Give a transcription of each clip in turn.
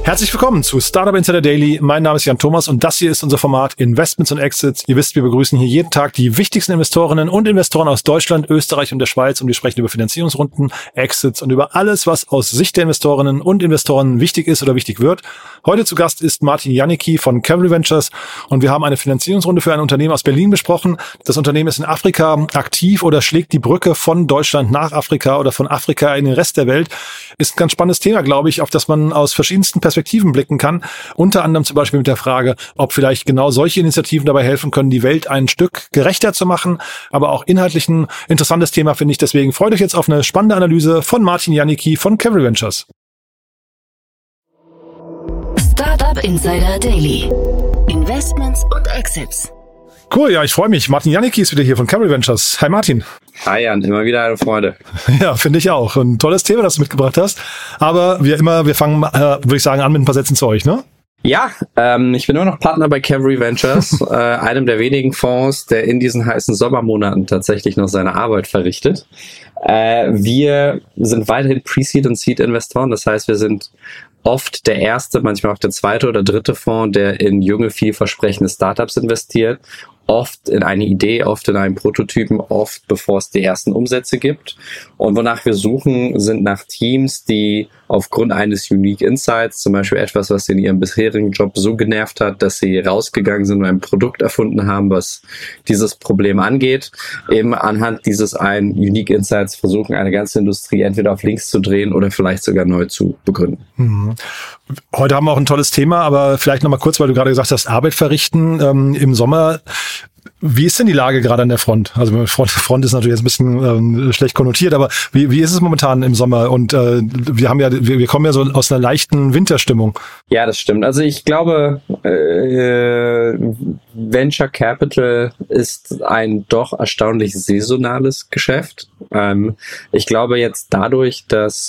Herzlich willkommen zu Startup Insider Daily. Mein Name ist Jan Thomas und das hier ist unser Format Investments und Exits. Ihr wisst, wir begrüßen hier jeden Tag die wichtigsten Investorinnen und Investoren aus Deutschland, Österreich und der Schweiz und wir sprechen über Finanzierungsrunden, Exits und über alles, was aus Sicht der Investorinnen und Investoren wichtig ist oder wichtig wird. Heute zu Gast ist Martin Janicki von Cavalry Ventures und wir haben eine Finanzierungsrunde für ein Unternehmen aus Berlin besprochen. Das Unternehmen ist in Afrika aktiv oder schlägt die Brücke von Deutschland nach Afrika oder von Afrika in den Rest der Welt. Ist ein ganz spannendes Thema, glaube ich, auf das man aus verschiedensten Perspektiven blicken kann. Unter anderem zum Beispiel mit der Frage, ob vielleicht genau solche Initiativen dabei helfen können, die Welt ein Stück gerechter zu machen. Aber auch inhaltlich ein interessantes Thema, finde ich. Deswegen freut euch jetzt auf eine spannende Analyse von Martin Janicki von Cavalry Ventures. Startup Insider Daily. Investments und Exits. Cool, ja, ich freue mich. Martin Janicki ist wieder hier von Cavalry Ventures. Hi Martin. Hi Jan, immer wieder eine Freude. Ja, finde ich auch. Ein tolles Thema, das du mitgebracht hast. Aber wir fangen, würde ich sagen, an mit ein paar Sätzen zu euch, ne? Ja, ich bin immer noch Partner bei Cavalry Ventures, einem der wenigen Fonds, der in diesen heißen Sommermonaten tatsächlich noch seine Arbeit verrichtet. Wir sind weiterhin Pre-Seed und Seed-Investoren, das heißt, wir sind oft der erste, manchmal auch der zweite oder dritte Fonds, der in junge, vielversprechende Startups investiert. Oft in eine Idee, oft in einen Prototypen, oft bevor es die ersten Umsätze gibt. Und wonach wir suchen, sind nach Teams, die aufgrund eines Unique Insights, zum Beispiel etwas, was sie in ihrem bisherigen Job so genervt hat, dass sie rausgegangen sind und ein Produkt erfunden haben, was dieses Problem angeht, eben anhand dieses einen Unique Insights versuchen, eine ganze Industrie entweder auf links zu drehen oder vielleicht sogar neu zu begründen. Mhm. Heute haben wir auch ein tolles Thema, aber vielleicht nochmal kurz, weil du gerade gesagt hast, Arbeit verrichten im Sommer. Wie ist denn die Lage gerade an der Front? Also Front ist natürlich jetzt ein bisschen schlecht konnotiert, aber wie ist es momentan im Sommer? Und wir kommen ja so aus einer leichten Winterstimmung. Ja, das stimmt. Also ich glaube, Venture Capital ist ein doch erstaunlich saisonales Geschäft. Ich glaube jetzt dadurch, dass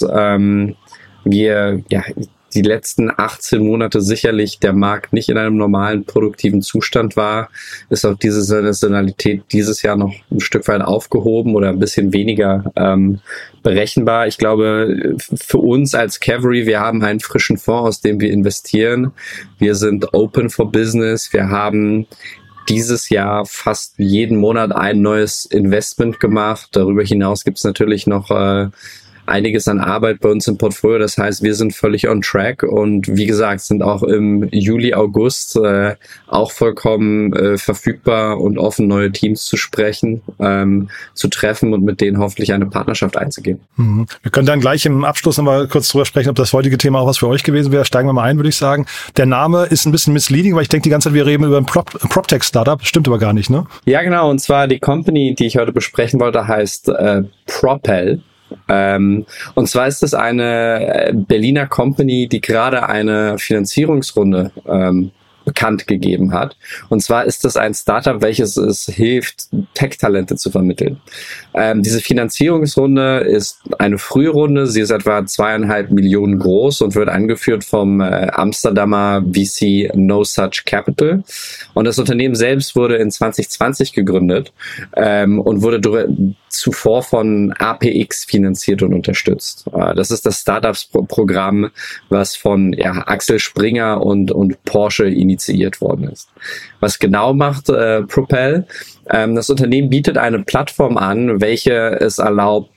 wir die letzten 18 Monate sicherlich der Markt nicht in einem normalen, produktiven Zustand war, ist auch diese Saisonalität dieses Jahr noch ein Stück weit aufgehoben oder ein bisschen weniger berechenbar. Ich glaube, für uns als Cavalry, wir haben einen frischen Fonds, aus dem wir investieren. Wir sind open for business. Wir haben dieses Jahr fast jeden Monat ein neues Investment gemacht. Darüber hinaus gibt es natürlich noch einiges an Arbeit bei uns im Portfolio. Das heißt, wir sind völlig on track und wie gesagt, sind auch im Juli, August auch vollkommen verfügbar und offen, neue Teams zu sprechen, zu treffen und mit denen hoffentlich eine Partnerschaft einzugehen. Mhm. Wir können dann gleich im Abschluss nochmal kurz drüber sprechen, ob das heutige Thema auch was für euch gewesen wäre. Steigen wir mal ein, würde ich sagen. Der Name ist ein bisschen misleading, weil ich denke die ganze Zeit, wir reden über ein PropTech-Startup. Stimmt aber gar nicht, ne? Ja, genau. Und zwar die Company, die ich heute besprechen wollte, heißt Propel. Und zwar ist es eine Berliner Company, die gerade eine Finanzierungsrunde bekannt gegeben hat. Und zwar ist das ein Startup, welches es hilft, Tech-Talente zu vermitteln. Diese Finanzierungsrunde ist eine Frührunde. Sie ist etwa 2,5 Millionen groß und wird angeführt vom Amsterdamer VC No Such Capital. Und das Unternehmen selbst wurde in 2020 gegründet und wurde zuvor von APX finanziert und unterstützt. Das ist das Startups-Programm, was von Axel Springer und Porsche initiiert worden ist. Was genau macht Propel? Das Unternehmen bietet eine Plattform an, welche es erlaubt,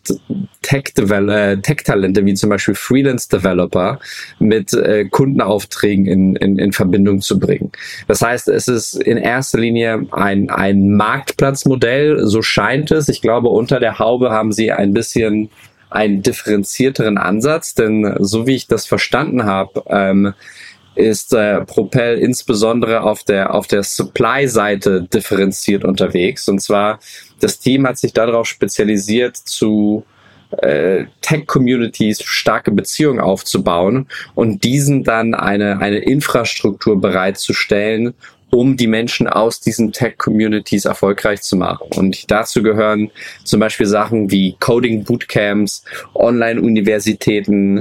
Tech-Talente wie zum Beispiel Freelance-Developer mit Kundenaufträgen in Verbindung zu bringen. Das heißt, es ist in erster Linie ein Marktplatzmodell, so scheint es. Ich glaube, unter der Haube haben sie ein bisschen einen differenzierteren Ansatz, denn so wie ich das verstanden habe, ist Propel insbesondere auf der Supply-Seite differenziert unterwegs. Und zwar, das Team hat sich darauf spezialisiert, zu Tech-Communities starke Beziehungen aufzubauen und diesen dann eine Infrastruktur bereitzustellen, um die Menschen aus diesen Tech-Communities erfolgreich zu machen. Und dazu gehören zum Beispiel Sachen wie Coding-Bootcamps, Online-Universitäten,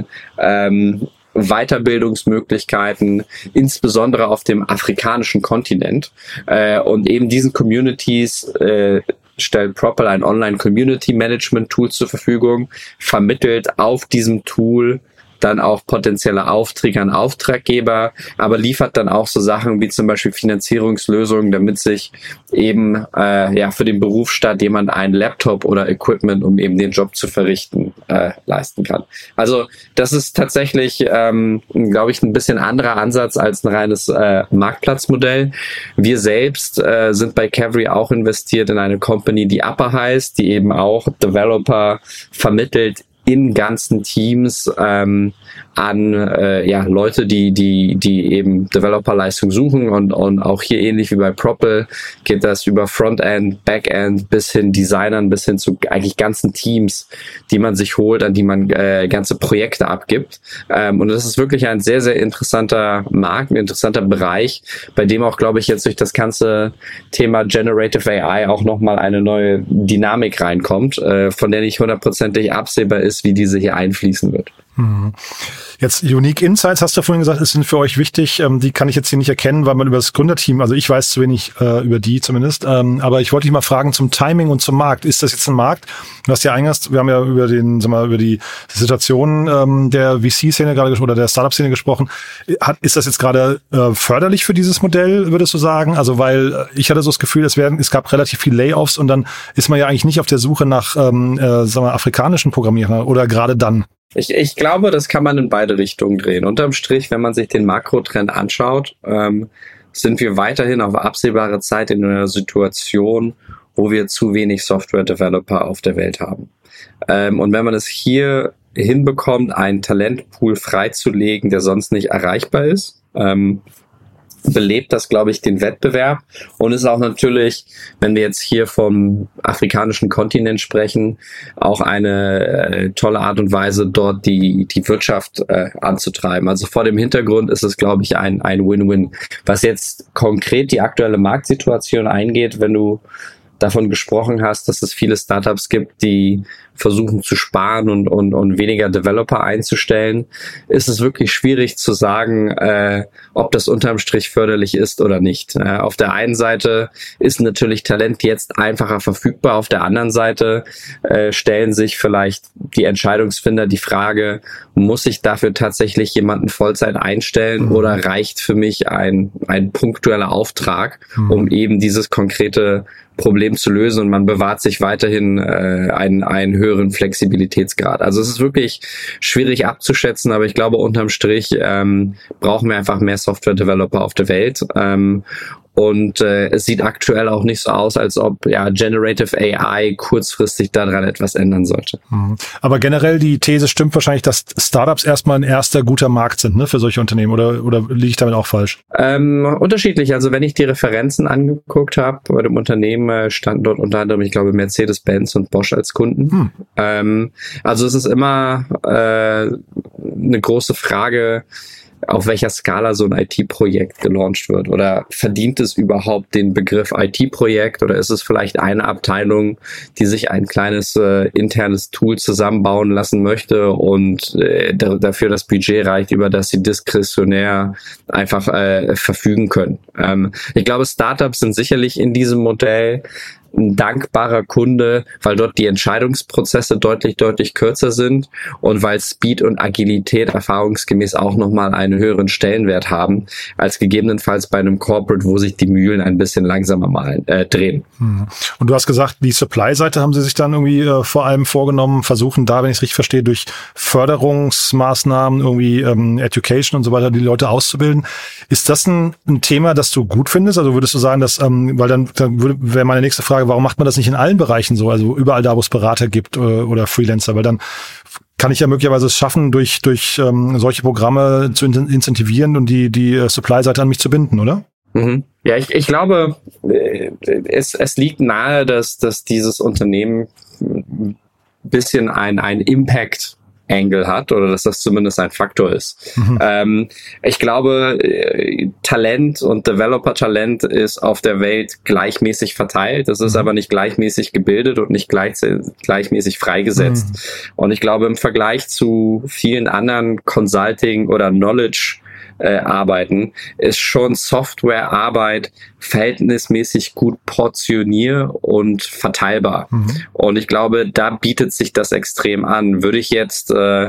Weiterbildungsmöglichkeiten, insbesondere auf dem afrikanischen Kontinent. Und eben diesen Communities stellt Propel ein Online-Community-Management-Tool zur Verfügung, vermittelt auf diesem Tool dann auch potenzielle Aufträge an Auftraggeber, aber liefert dann auch so Sachen wie zum Beispiel Finanzierungslösungen, damit sich eben für den Berufsstaat jemand einen Laptop oder Equipment, um eben den Job zu verrichten, leisten kann. Also das ist tatsächlich, glaube ich, ein bisschen anderer Ansatz als ein reines Marktplatzmodell. Wir selbst sind bei Cavalry auch investiert in eine Company, die Upper heißt, die eben auch Developer vermittelt in ganzen Teams an Leute, die eben Developer-Leistung suchen und auch hier ähnlich wie bei Propel geht das über Frontend, Backend bis hin Designern, bis hin zu eigentlich ganzen Teams, die man sich holt, an die man ganze Projekte abgibt. Und das ist wirklich ein sehr, sehr interessanter Markt, ein interessanter Bereich, bei dem auch, glaube ich, jetzt durch das ganze Thema Generative AI auch nochmal eine neue Dynamik reinkommt, von der nicht hundertprozentig absehbar ist, wie diese hier einfließen wird. Jetzt Unique Insights, hast du vorhin gesagt, sind für euch wichtig. Die kann ich jetzt hier nicht erkennen, weil man über das Gründerteam, also ich weiß zu wenig über die zumindest. Aber ich wollte dich mal fragen zum Timing und zum Markt. Ist das jetzt ein Markt? Du hast ja eingangs, wir haben ja über die Situation der VC-Szene gerade oder der Startup-Szene gesprochen. Ist das jetzt gerade förderlich für dieses Modell, würdest du sagen? Also weil ich hatte so das Gefühl, es gab relativ viele Layoffs und dann ist man ja eigentlich nicht auf der Suche nach afrikanischen Programmierern oder gerade dann. Ich glaube, das kann man in beide Richtungen drehen. Unterm Strich, wenn man sich den Makrotrend anschaut, sind wir weiterhin auf absehbare Zeit in einer Situation, wo wir zu wenig Software-Developer auf der Welt haben. Und wenn man es hier hinbekommt, einen Talentpool freizulegen, der sonst nicht erreichbar ist, belebt das, glaube ich, den Wettbewerb und ist auch natürlich, wenn wir jetzt hier vom afrikanischen Kontinent sprechen, auch eine tolle Art und Weise, dort die Wirtschaft anzutreiben. Also vor dem Hintergrund ist es, glaube ich, ein Win-Win. Was jetzt konkret die aktuelle Marktsituation eingeht, wenn du davon gesprochen hast, dass es viele Startups gibt, die versuchen zu sparen und weniger Developer einzustellen, ist es wirklich schwierig zu sagen, ob das unterm Strich förderlich ist oder nicht. Auf der einen Seite ist natürlich Talent jetzt einfacher verfügbar, auf der anderen Seite stellen sich vielleicht die Entscheidungsfinder die Frage, muss ich dafür tatsächlich jemanden Vollzeit einstellen oder reicht für mich ein punktueller Auftrag, um eben dieses konkrete Problem zu lösen und man bewahrt sich weiterhin einen höheren Flexibilitätsgrad. Also es ist wirklich schwierig abzuschätzen, aber ich glaube unterm Strich brauchen wir einfach mehr Software-Developer auf der Welt. Und es sieht aktuell auch nicht so aus, als ob Generative AI kurzfristig daran etwas ändern sollte. Aber generell die These stimmt wahrscheinlich, dass Startups erstmal ein erster guter Markt sind, ne, für solche Unternehmen. Oder liege ich damit auch falsch? Unterschiedlich. Also wenn ich die Referenzen angeguckt habe, bei dem Unternehmen standen dort unter anderem, ich glaube, Mercedes-Benz und Bosch als Kunden. Also es ist immer eine große Frage, auf welcher Skala so ein IT-Projekt gelauncht wird. Oder verdient es überhaupt den Begriff IT-Projekt oder ist es vielleicht eine Abteilung, die sich ein kleines internes Tool zusammenbauen lassen möchte und dafür das Budget reicht, über das sie diskretionär einfach verfügen können. Ich glaube, Startups sind sicherlich in diesem Modell ein dankbarer Kunde, weil dort die Entscheidungsprozesse deutlich kürzer sind und weil Speed und Agilität erfahrungsgemäß auch nochmal einen höheren Stellenwert haben, als gegebenenfalls bei einem Corporate, wo sich die Mühlen ein bisschen langsamer mal drehen. Und du hast gesagt, die Supply-Seite haben sie sich dann irgendwie vor allem vorgenommen, versuchen da, wenn ich es richtig verstehe, durch Förderungsmaßnahmen, irgendwie Education und so weiter, die Leute auszubilden. Ist das ein Thema, das du gut findest? Also würdest du sagen, dass, weil dann wäre meine nächste Frage, warum macht man das nicht in allen Bereichen so, also überall da, wo es Berater gibt oder Freelancer, weil dann kann ich ja möglicherweise es schaffen, durch solche Programme zu incentivieren und die Supply-Seite an mich zu binden, oder? Ja, ich glaube, es liegt nahe, dass dieses Unternehmen ein bisschen ein Impact Angle hat oder dass das zumindest ein Faktor ist. Ich glaube, Talent und Developer-Talent ist auf der Welt gleichmäßig verteilt. Das ist aber nicht gleichmäßig gebildet und nicht gleichmäßig freigesetzt. Und ich glaube, im Vergleich zu vielen anderen Consulting- oder Knowledge Arbeiten ist schon Softwarearbeit verhältnismäßig gut portionier und verteilbar. Und ich glaube, da bietet sich das extrem an. Würde ich jetzt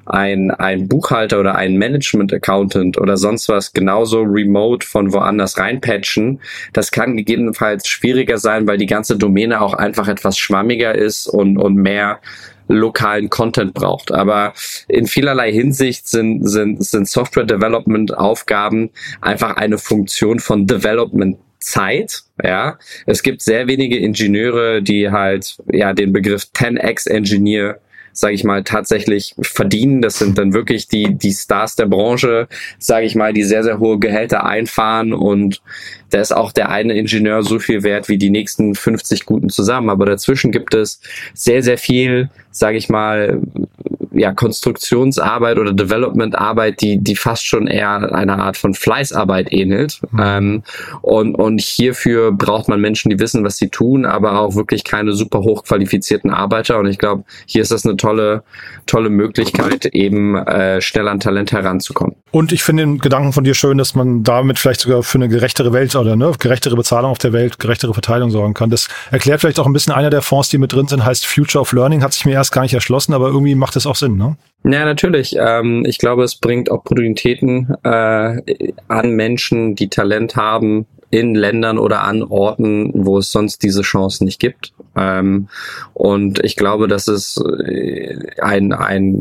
ein Buchhalter oder ein Management-Accountant oder sonst was genauso remote von woanders reinpatchen. Das kann gegebenenfalls schwieriger sein, weil die ganze Domäne auch einfach etwas schwammiger ist und mehr lokalen Content braucht. Aber in vielerlei Hinsicht sind Software-Development-Aufgaben einfach eine Funktion von Development-Zeit. Ja, es gibt sehr wenige Ingenieure, die halt den Begriff 10x-Engineer, sage ich mal, tatsächlich verdienen. Das sind dann wirklich die Stars der Branche, sage ich mal, die sehr, sehr hohe Gehälter einfahren, und da ist auch der eine Ingenieur so viel wert wie die nächsten 50 Guten zusammen. Aber dazwischen gibt es sehr, sehr viel, sage ich mal, Konstruktionsarbeit oder Developmentarbeit, die fast schon eher einer Art von Fleißarbeit ähnelt. Und hierfür braucht man Menschen, die wissen, was sie tun, aber auch wirklich keine super hochqualifizierten Arbeiter. Und ich glaube, hier ist das eine tolle Möglichkeit, eben schnell an Talent heranzukommen. Und ich finde den Gedanken von dir schön, dass man damit vielleicht sogar für eine gerechtere Welt oder gerechtere Bezahlung auf der Welt, gerechtere Verteilung sorgen kann. Das erklärt vielleicht auch ein bisschen, einer der Fonds, die mit drin sind, heißt Future of Learning, hat sich mir erst gar nicht erschlossen, aber irgendwie macht das auch Sinn, ne? Ja, natürlich. Ich glaube, es bringt Opportunitäten an Menschen, die Talent haben, in Ländern oder an Orten, wo es sonst diese Chancen nicht gibt. Und ich glaube, das ist eine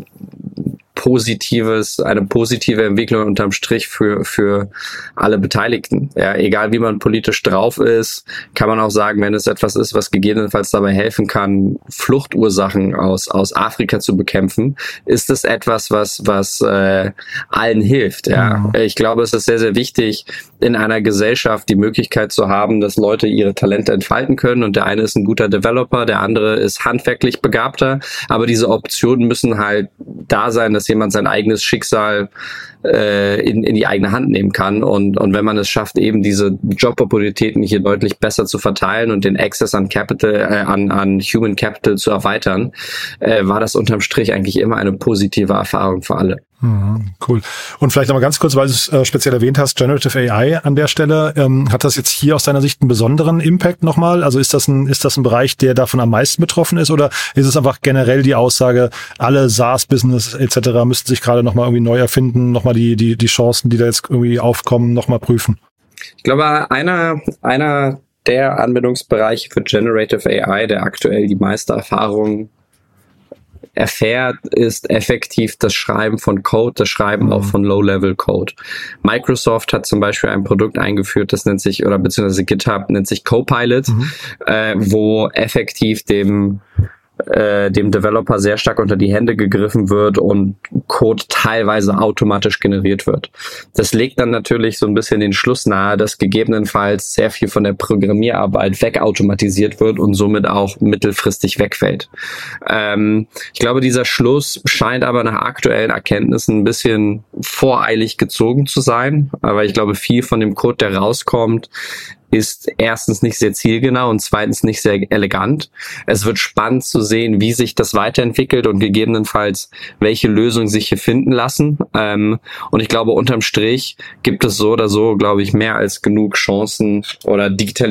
positive Entwicklung unterm Strich für alle Beteiligten. Ja, egal wie man politisch drauf ist, kann man auch sagen, wenn es etwas ist, was gegebenenfalls dabei helfen kann, Fluchtursachen aus Afrika zu bekämpfen, ist es etwas, was allen hilft. Ja, ich glaube, es ist sehr, sehr wichtig, in einer Gesellschaft die Möglichkeit zu haben, dass Leute ihre Talente entfalten können, und der eine ist ein guter Developer, der andere ist handwerklich begabter, aber diese Optionen müssen halt da sein, dass jemand sein eigenes Schicksal in die eigene Hand nehmen kann, und wenn man es schafft, eben diese Jobopportunitäten hier deutlich besser zu verteilen und den Access an Capital, an Human Capital zu erweitern, war das unterm Strich eigentlich immer eine positive Erfahrung für alle. Cool. Und vielleicht nochmal ganz kurz, weil du es speziell erwähnt hast, Generative AI an der Stelle, hat das jetzt hier aus deiner Sicht einen besonderen Impact nochmal? Also ist das ein Bereich, der davon am meisten betroffen ist, oder ist es einfach generell die Aussage, alle SaaS-Business etc. müssten sich gerade nochmal irgendwie neu erfinden, nochmal die Chancen, die da jetzt irgendwie aufkommen, nochmal prüfen? Ich glaube, einer der Anwendungsbereiche für Generative AI, der aktuell die meiste Erfahrung erfährt, ist effektiv das Schreiben von Code, das Schreiben auch von Low-Level-Code. Microsoft hat zum Beispiel ein Produkt eingeführt, das nennt sich, oder beziehungsweise GitHub nennt sich Copilot, wo effektiv dem Developer sehr stark unter die Hände gegriffen wird und Code teilweise automatisch generiert wird. Das legt dann natürlich so ein bisschen den Schluss nahe, dass gegebenenfalls sehr viel von der Programmierarbeit wegautomatisiert wird und somit auch mittelfristig wegfällt. Ich glaube, dieser Schluss scheint aber nach aktuellen Erkenntnissen ein bisschen voreilig gezogen zu sein, aber ich glaube, viel von dem Code, der rauskommt, ist erstens nicht sehr zielgenau und zweitens nicht sehr elegant. Es wird spannend zu sehen, wie sich das weiterentwickelt und gegebenenfalls welche Lösungen sich hier finden lassen. Und ich glaube, unterm Strich gibt es so oder so, glaube ich, mehr als genug Chancen oder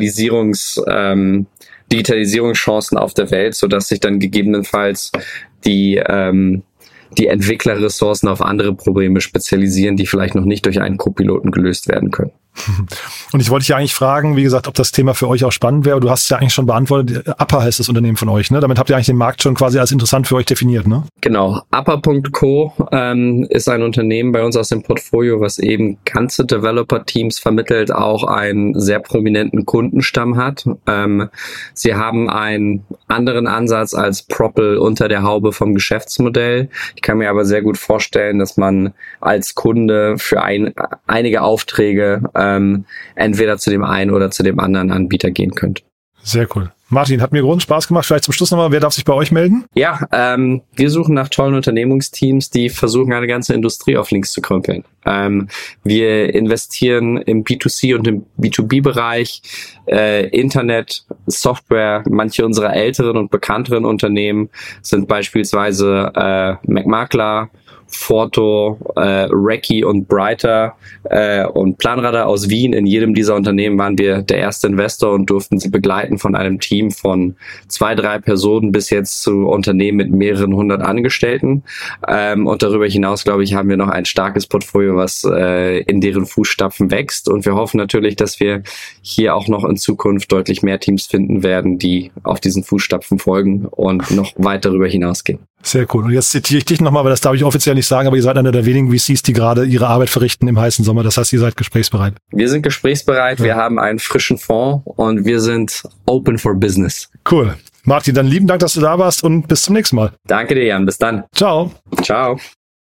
Digitalisierungschancen auf der Welt, sodass sich dann gegebenenfalls die Entwicklerressourcen auf andere Probleme spezialisieren, die vielleicht noch nicht durch einen Copiloten gelöst werden können. Und ich wollte dich ja eigentlich fragen, wie gesagt, ob das Thema für euch auch spannend wäre. Du hast es ja eigentlich schon beantwortet. Upper heißt das Unternehmen von euch, ne? Damit habt ihr eigentlich den Markt schon quasi als interessant für euch definiert, ne? Genau. Upper.co ist ein Unternehmen bei uns aus dem Portfolio, was eben ganze Developer-Teams vermittelt, auch einen sehr prominenten Kundenstamm hat. Sie haben einen anderen Ansatz als Propel unter der Haube vom Geschäftsmodell. Ich kann mir aber sehr gut vorstellen, dass man als Kunde für einige Aufträge entweder zu dem einen oder zu dem anderen Anbieter gehen könnt. Sehr cool. Martin, hat mir großen Spaß gemacht. Vielleicht zum Schluss nochmal, wer darf sich bei euch melden? Ja, wir suchen nach tollen Unternehmungsteams, die versuchen, eine ganze Industrie auf links zu krempeln. Wir investieren im B2C und im B2B-Bereich, Internet, Software. Manche unserer älteren und bekannteren Unternehmen sind beispielsweise McMakler Forto, Recce und Brighter und Planradar aus Wien. In jedem dieser Unternehmen waren wir der erste Investor und durften sie begleiten von einem Team von 2-3 Personen bis jetzt zu Unternehmen mit mehreren 100 Angestellten. Und darüber hinaus, glaube ich, haben wir noch ein starkes Portfolio, was in deren Fußstapfen wächst. Und wir hoffen natürlich, dass wir hier auch noch in Zukunft deutlich mehr Teams finden werden, die auf diesen Fußstapfen folgen und noch weit darüber hinausgehen. Sehr cool. Und jetzt zitiere ich dich nochmal, weil das darf ich offiziell nicht sagen, aber ihr seid einer der wenigen VCs, die gerade ihre Arbeit verrichten im heißen Sommer. Das heißt, ihr seid gesprächsbereit. Wir sind gesprächsbereit, wir haben einen frischen Fonds und wir sind open for business. Cool. Martin, dann lieben Dank, dass du da warst und bis zum nächsten Mal. Danke dir, Jan. Bis dann. Ciao. Ciao.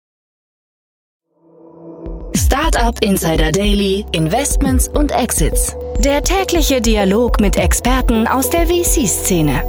Startup Insider Daily, Investments und Exits. Der tägliche Dialog mit Experten aus der VC-Szene.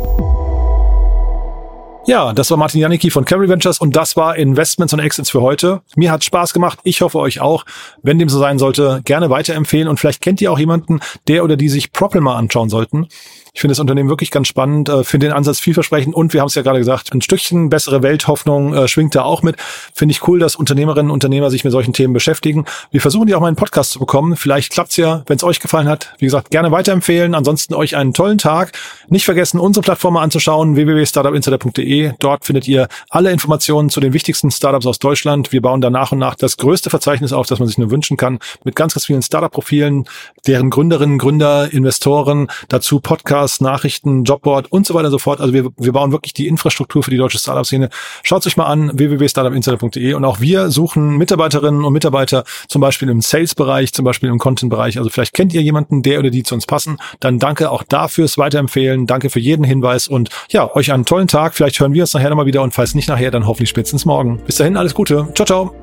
Ja, das war Martin Janicki von Carry Ventures und das war Investments und Exits für heute. Mir hat Spaß gemacht, ich hoffe euch auch. Wenn dem so sein sollte, gerne weiterempfehlen und vielleicht kennt ihr auch jemanden, der oder die sich Propel mal anschauen sollten. Ich finde das Unternehmen wirklich ganz spannend, finde den Ansatz vielversprechend und wir haben es ja gerade gesagt, ein Stückchen bessere Welthoffnung schwingt da auch mit. Finde ich cool, dass Unternehmerinnen und Unternehmer sich mit solchen Themen beschäftigen. Wir versuchen die auch mal in den Podcast zu bekommen. Vielleicht klappt's ja, wenn es euch gefallen hat. Wie gesagt, gerne weiterempfehlen. Ansonsten euch einen tollen Tag. Nicht vergessen, unsere Plattform mal anzuschauen, www.startupinsider.de. Dort findet ihr alle Informationen zu den wichtigsten Startups aus Deutschland. Wir bauen da nach und nach das größte Verzeichnis auf, das man sich nur wünschen kann, mit ganz, ganz vielen Startup-Profilen, deren Gründerinnen, Gründer, Investoren, dazu Podcasts, Nachrichten, Jobboard und so weiter und so fort. Also wir bauen wirklich die Infrastruktur für die deutsche Startup-Szene. Schaut euch mal an, www.startupinsider.de und auch wir suchen Mitarbeiterinnen und Mitarbeiter, zum Beispiel im Sales-Bereich, zum Beispiel im Content-Bereich. Also vielleicht kennt ihr jemanden, der oder die zu uns passen. Dann danke auch dafür's Weiterempfehlen. Danke für jeden Hinweis und ja, euch einen tollen Tag. Vielleicht hören wir uns nachher nochmal wieder und falls nicht nachher, dann hoffentlich spätestens morgen. Bis dahin, alles Gute. Ciao, ciao.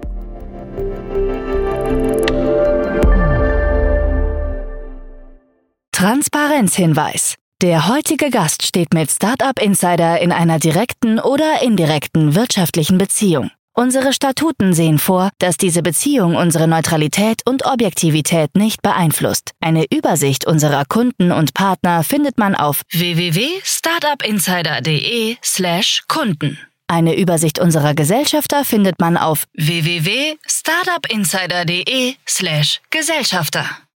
Transparenzhinweis. Der heutige Gast steht mit Startup Insider in einer direkten oder indirekten wirtschaftlichen Beziehung. Unsere Statuten sehen vor, dass diese Beziehung unsere Neutralität und Objektivität nicht beeinflusst. Eine Übersicht unserer Kunden und Partner findet man auf www.startupinsider.de/Kunden. Eine Übersicht unserer Gesellschafter findet man auf www.startupinsider.de/Gesellschafter.